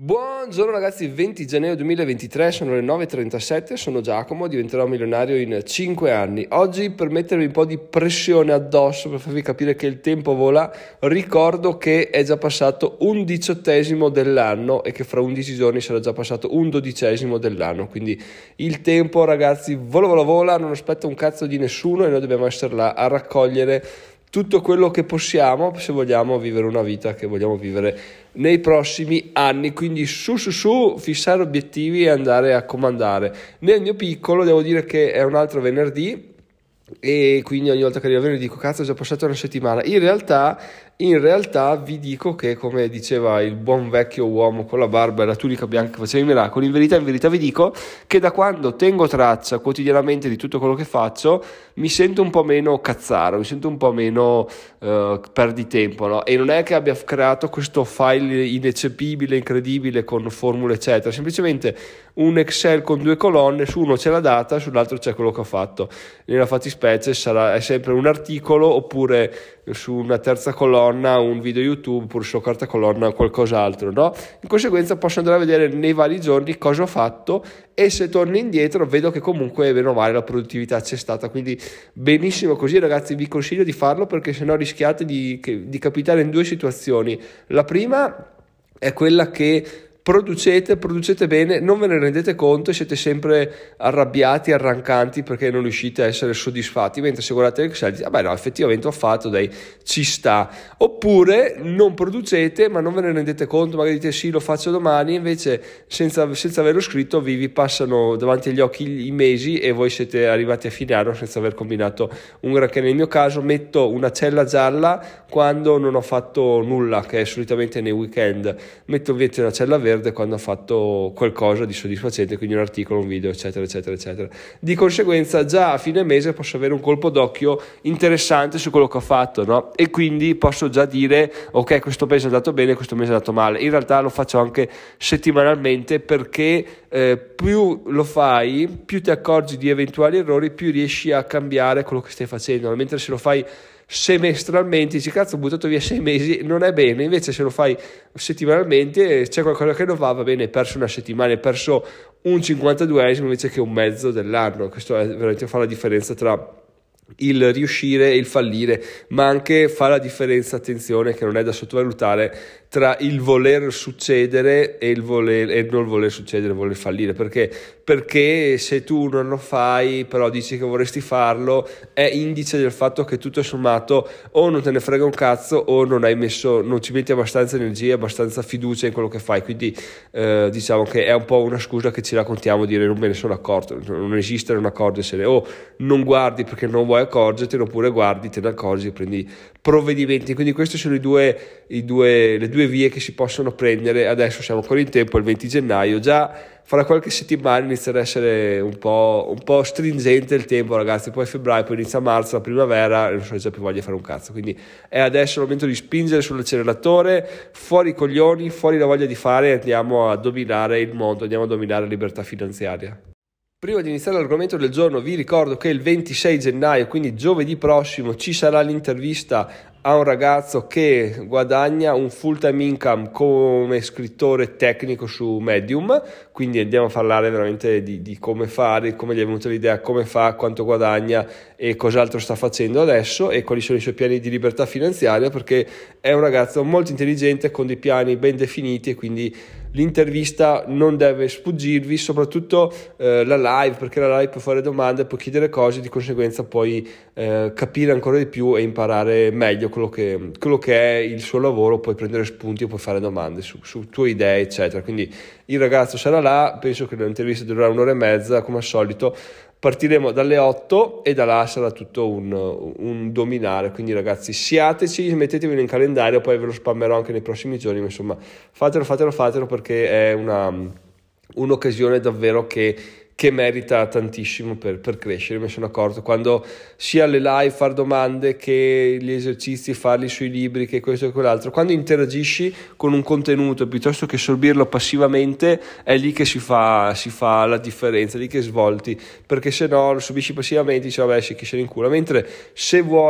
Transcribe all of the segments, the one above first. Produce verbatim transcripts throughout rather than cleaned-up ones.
Buongiorno ragazzi, venti gennaio duemilaventitré, sono le nove e trentasette, sono Giacomo, diventerò milionario in cinque anni. Oggi, per mettervi un po' di pressione addosso, per farvi capire che il tempo vola, ricordo che è già passato un diciottesimo dell'anno e che fra undici giorni sarà già passato un dodicesimo dell'anno. Quindi il tempo, ragazzi, vola vola vola, non aspetta un cazzo di nessuno e noi dobbiamo essere là a raccogliere tutto quello che possiamo se vogliamo vivere una vita che vogliamo vivere nei prossimi anni. Quindi su su su, fissare obiettivi e andare a comandare. Nel mio piccolo devo dire che è un altro venerdì e quindi ogni volta che arriva venerdì dico cazzo è già passata una settimana. In realtà in realtà vi dico che, come diceva il buon vecchio uomo con la barba e la tunica bianca che faceva i miracoli, in verità in verità vi dico che da quando tengo traccia quotidianamente di tutto quello che faccio mi sento un po' meno cazzaro, mi sento un po' meno uh, perditempo, no? E non è che abbia creato questo file ineccepibile, incredibile con formule eccetera, semplicemente un Excel con due colonne, su uno c'è la data, sull'altro c'è quello che ho fatto. Nella fattispecie sarà è sempre un articolo, oppure su una terza colonna un video YouTube, oppure sulla quarta colonna qualcos'altro, no? In conseguenza posso andare a vedere nei vari giorni cosa ho fatto e se torno indietro vedo che comunque bene o male la produttività c'è stata, quindi benissimo così ragazzi, vi consiglio di farlo perché sennò rischiate di, di capitare in due situazioni. La prima è quella che producete, producete bene, non ve ne rendete conto e siete sempre arrabbiati, arrancanti perché non riuscite a essere soddisfatti, mentre se guardate l'Excel dite, vabbè no, effettivamente ho fatto, dai, ci sta. Oppure non producete ma non ve ne rendete conto, magari dite sì, lo faccio domani, invece senza, senza averlo scritto vi, vi passano davanti agli occhi i mesi e voi siete arrivati a fine anno senza aver combinato un granché. Nel mio caso metto una cella gialla quando non ho fatto nulla, che è solitamente nei weekend, metto invece una cella verde quando ho fatto qualcosa di soddisfacente, quindi un articolo, un video eccetera eccetera eccetera. Di conseguenza già a fine mese posso avere un colpo d'occhio interessante su quello che ho fatto, no? E quindi posso già dire ok, questo mese è andato bene, questo mese è andato male. In realtà lo faccio anche settimanalmente perché eh, più lo fai, più ti accorgi di eventuali errori, più riesci a cambiare quello che stai facendo, mentre se lo fai semestralmente dici cazzo ho buttato via sei mesi, non è bene. Invece se lo fai settimanalmente c'è qualcosa che non va, va bene, hai perso una settimana, hai perso un cinquantaduesimo invece che un mezzo dell'anno. Questo è veramente fa la differenza tra il riuscire e il fallire, ma anche fa la differenza, attenzione, che non è da sottovalutare, tra il voler succedere e il voler e non voler succedere, voler fallire. Perché? Perché se tu non lo fai però dici che vorresti farlo, è indice del fatto che tutto sommato o non te ne frega un cazzo o non hai messo, non ci metti abbastanza energia, abbastanza fiducia in quello che fai. Quindi eh, diciamo che è un po' una scusa che ci raccontiamo, dire non me ne sono accorto. Non esiste non accorgersene, o non guardi perché non vuoi accorgertene, oppure guardi, te ne accorgi e prendi provvedimenti. Quindi questi sono i due, i due, le due vie che si possono prendere. Adesso siamo ancora in tempo, il venti gennaio, già fra qualche settimana inizierà a essere un po', un po' stringente il tempo ragazzi, poi febbraio, poi inizia marzo, la primavera e non so già più voglia di fare un cazzo. Quindi è adesso il momento di spingere sull'acceleratore, fuori i coglioni, fuori la voglia di fare, e andiamo a dominare il mondo, andiamo a dominare la libertà finanziaria. Prima di iniziare l'argomento del giorno vi ricordo che il ventisei gennaio, quindi giovedì prossimo, ci sarà l'intervista a un ragazzo che guadagna un full time income come scrittore tecnico su Medium, quindi andiamo a parlare veramente di, di come fare, come gli è venuta l'idea, come fa, quanto guadagna e cos'altro sta facendo adesso e quali sono i suoi piani di libertà finanziaria, perché è un ragazzo molto intelligente con dei piani ben definiti e quindi l'intervista non deve sfuggirvi, soprattutto eh, la live, perché la live può fare domande, può chiedere cose, di conseguenza puoi eh, capire ancora di più e imparare meglio quello che, quello che è il suo lavoro, puoi prendere spunti o puoi fare domande su, su tue idee eccetera. Quindi il ragazzo sarà là, penso che l'intervista durerà un'ora e mezza come al solito. Partiremo dalle otto e da là sarà tutto un, un dominare, quindi ragazzi siateci, mettetevi in calendario, poi ve lo spammerò anche nei prossimi giorni, ma insomma fatelo, fatelo, fatelo perché è una, un'occasione davvero che che merita tantissimo per, per crescere. Mi sono accorto quando sia le live, far domande, che gli esercizi, farli sui libri, che questo e quell'altro, quando interagisci con un contenuto piuttosto che assorbirlo passivamente, è lì che si fa, si fa la differenza, è lì che svolti, perché se no lo subisci passivamente, dici vabbè sì, chi se ne incula. Mentre se vuoi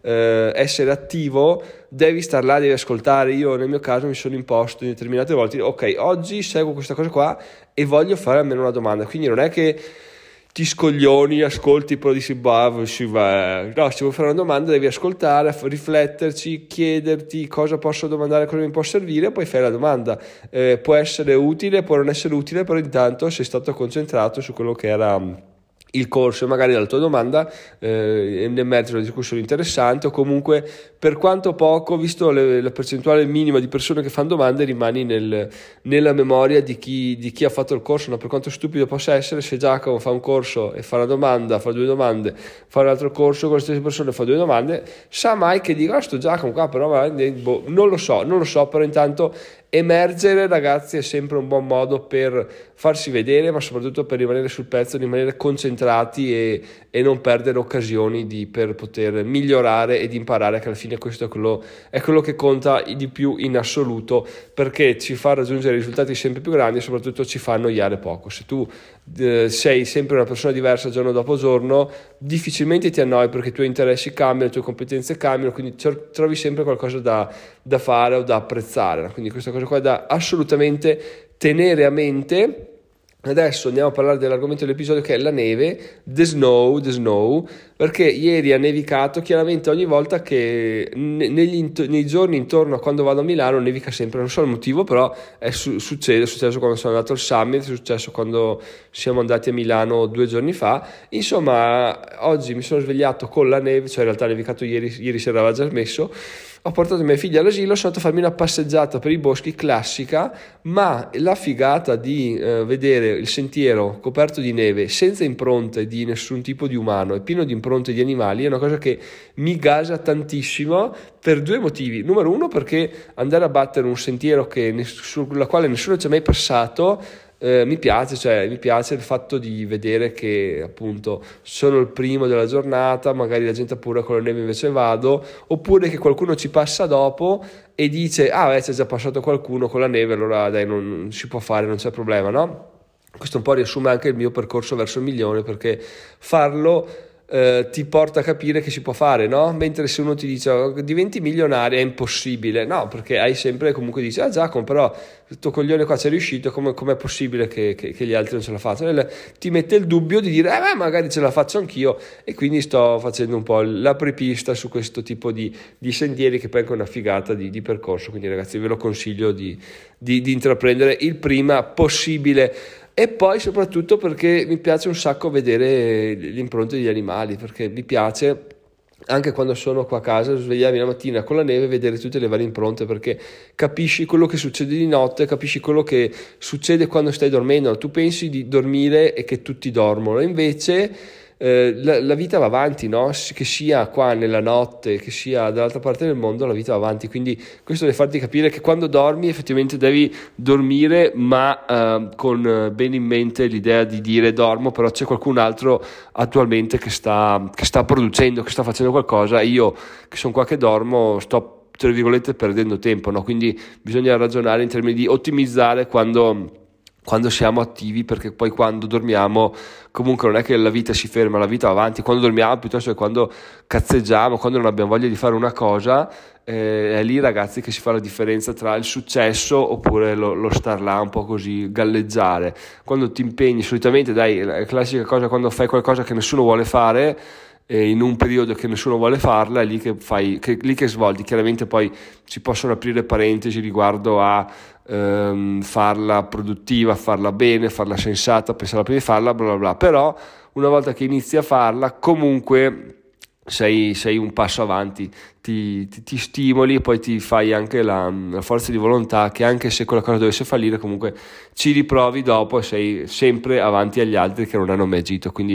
eh, essere attivo, devi star là, devi ascoltare. Io nel mio caso mi sono imposto in determinate volte, ok, oggi seguo questa cosa qua e voglio fare almeno una domanda, quindi non è che ti scoglioni, ascolti, poi dici bah, si va. No, se vuoi fare una domanda devi ascoltare, rifletterci, chiederti cosa posso domandare, cosa mi può servire, poi fai la domanda. Eh, può essere utile, può non essere utile, però intanto sei stato concentrato su quello che era il corso, e magari dalla tua domanda eh, ne emerge una discussione interessante, o comunque per quanto poco, visto le, la percentuale minima di persone che fanno domande, rimani nel, nella memoria di chi, di chi ha fatto il corso. No? Per quanto stupido possa essere, se Giacomo fa un corso e fa una domanda, fa due domande, fa un altro corso con le stesse persone e fa due domande, sa mai che dica, ah, sto Giacomo qua però boh, non lo so, non lo so, però intanto emergere, ragazzi, è sempre un buon modo per farsi vedere, ma soprattutto per rimanere sul pezzo, rimanere concentrati e, e non perdere occasioni di, per poter migliorare ed imparare, che alla fine questo è quello, è quello che conta di più in assoluto, perché ci fa raggiungere risultati sempre più grandi e soprattutto ci fa annoiare poco. Se tu eh, sei sempre una persona diversa giorno dopo giorno, difficilmente ti annoi, perché i tuoi interessi cambiano, le tue competenze cambiano, quindi trovi sempre qualcosa da, da fare o da apprezzare. Quindi questa cosa qua è da assolutamente tenere a mente. Adesso andiamo a parlare dell'argomento dell'episodio, che è la neve, the snow, the snow, perché ieri ha nevicato. Chiaramente ogni volta che negli, nei giorni intorno a quando vado a Milano nevica sempre, non so il motivo, però è su, succede, è successo quando sono andato al Summit, è successo quando siamo andati a Milano due giorni fa. Insomma, oggi mi sono svegliato con la neve, cioè in realtà ha nevicato ieri, ieri sera aveva già smesso. Ho portato i miei figli all'asilo, sono andato a farmi una passeggiata per i boschi classica, ma la figata di eh, vedere il sentiero coperto di neve, senza impronte di nessun tipo di umano e pieno di impronte di animali, è una cosa che mi gasa tantissimo per due motivi. Numero uno, perché andare a battere un sentiero che, sulla quale nessuno ci è mai passato, Eh, mi piace, cioè mi piace il fatto di vedere che appunto sono il primo della giornata, magari la gente ha paura con la neve, invece vado, oppure che qualcuno ci passa dopo e dice ah beh, c'è già passato qualcuno con la neve, allora dai, non, non si può fare, non c'è problema, no? Questo un po' riassume anche il mio percorso verso il milione, perché farlo Eh, ti porta a capire che si può fare, no? Mentre se uno ti dice oh, diventi milionario, è impossibile, no? Perché hai sempre comunque dici ah Giacomo, però il tuo coglione qua ci è riuscito, come è possibile che, che, che gli altri non ce la facciano? E ti mette il dubbio di dire eh beh, magari ce la faccio anch'io, e quindi sto facendo un po' l'apripista su questo tipo di, di sentieri, che poi è anche una figata di, di percorso. Quindi ragazzi ve lo consiglio di, di, di intraprendere il prima possibile. E poi soprattutto perché mi piace un sacco vedere le impronte degli animali, perché mi piace anche quando sono qua a casa svegliarmi la mattina con la neve e vedere tutte le varie impronte, perché capisci quello che succede di notte, capisci quello che succede quando stai dormendo. Tu pensi di dormire e che tutti dormono, invece eh, la, la vita va avanti, no? Che sia qua nella notte, che sia dall'altra parte del mondo, la vita va avanti. Quindi questo deve farti capire che quando dormi effettivamente devi dormire, ma eh, con bene in mente l'idea di dire dormo, però c'è qualcun altro attualmente che sta, che sta producendo, che sta facendo qualcosa, e io che sono qua che dormo sto tra virgolette perdendo tempo, no? Quindi bisogna ragionare in termini di ottimizzare quando quando siamo attivi, perché poi quando dormiamo comunque non è che la vita si ferma, la vita va avanti. Quando dormiamo, piuttosto che quando cazzeggiamo, quando non abbiamo voglia di fare una cosa, eh, è lì ragazzi che si fa la differenza tra il successo oppure lo, lo star là un po' così, galleggiare. Quando ti impegni, solitamente dai, la classica cosa, quando fai qualcosa che nessuno vuole fare eh, in un periodo che nessuno vuole farla, è lì che fai, che, lì che svolti. Chiaramente poi si possono aprire parentesi riguardo a ehm, farla produttiva, farla bene, farla sensata, pensare prima di farla, bla bla bla, però una volta che inizi a farla comunque sei, sei un passo avanti, ti, ti, ti stimoli e poi ti fai anche la, la forza di volontà che anche se quella cosa dovesse fallire comunque ci riprovi dopo e sei sempre avanti agli altri che non hanno mai agito. Quindi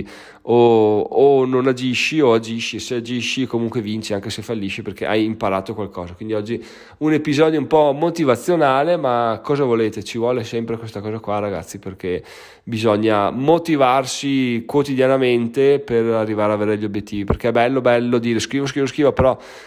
o, o non agisci o agisci, se agisci comunque vinci anche se fallisci, perché hai imparato qualcosa. Quindi oggi un episodio un po' motivazionale, ma cosa volete, ci vuole sempre questa cosa qua ragazzi, perché bisogna motivarsi quotidianamente per arrivare ad avere gli obiettivi, perché è bello bello dire scrivo scrivo scrivo, però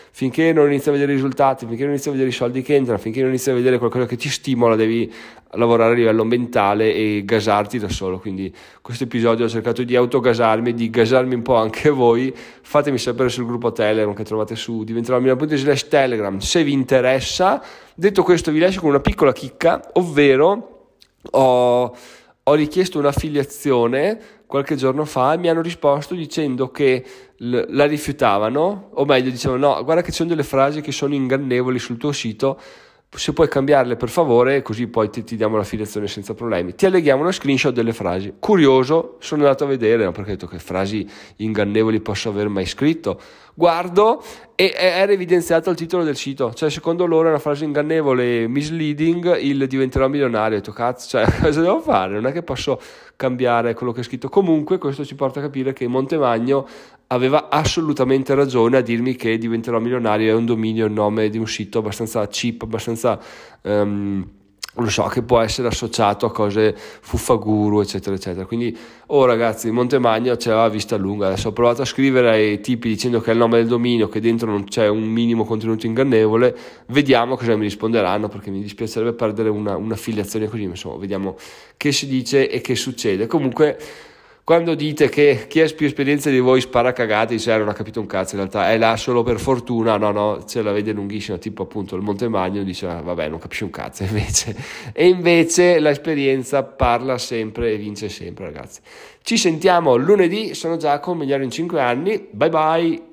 finché non inizi a vedere i risultati, finché non inizi a vedere i soldi che entrano, finché non inizi a vedere qualcosa che ti stimola, devi lavorare a livello mentale e gasarti da solo. Quindi questo episodio ho cercato di autogasarmi, di gasarmi un po' anche voi. Fatemi sapere sul gruppo Telegram che trovate su diventeromilionario punto it slash Telegram se vi interessa. Detto questo, vi lascio con una piccola chicca, ovvero ho, ho richiesto un'affiliazione qualche giorno fa e mi hanno risposto dicendo che l- la rifiutavano, o meglio dicevano no, guarda che ci sono delle frasi che sono ingannevoli sul tuo sito, se puoi cambiarle per favore, così poi ti, ti diamo l'affiliazione senza problemi. Ti alleghiamo uno screenshot delle frasi. Curioso, sono andato a vedere, no, perché ho detto che frasi ingannevoli posso aver mai scritto. Guardo e era evidenziato il titolo del sito, cioè secondo loro è una frase ingannevole, misleading, il diventerò milionario. Ho detto cazzo, cioè cosa devo fare? Non è che posso cambiare quello che è scritto. Comunque questo ci porta a capire che Montemagno aveva assolutamente ragione a dirmi che diventerò milionario è un dominio, il nome di un sito abbastanza cheap, abbastanza um, lo so, che può essere associato a cose fuffaguru eccetera eccetera. Quindi oh ragazzi, Montemagno ce l'aveva vista lunga. Adesso ho provato a scrivere ai tipi dicendo che è il nome del dominio, che dentro non c'è un minimo contenuto ingannevole. Vediamo cosa mi risponderanno, perché mi dispiacerebbe perdere una, un'affiliazione così. Insomma, vediamo che si dice e che succede. Comunque, quando dite che chi ha più esperienza di voi spara cagate, dice eh, non ha capito un cazzo, in realtà è là solo per fortuna, no no, ce la vede lunghissima, tipo appunto il Montemagno dice ah, vabbè non capisci un cazzo, invece e invece l'esperienza parla sempre e vince sempre, ragazzi. Ci sentiamo lunedì, sono Giacomo, migliore in cinque anni, bye bye.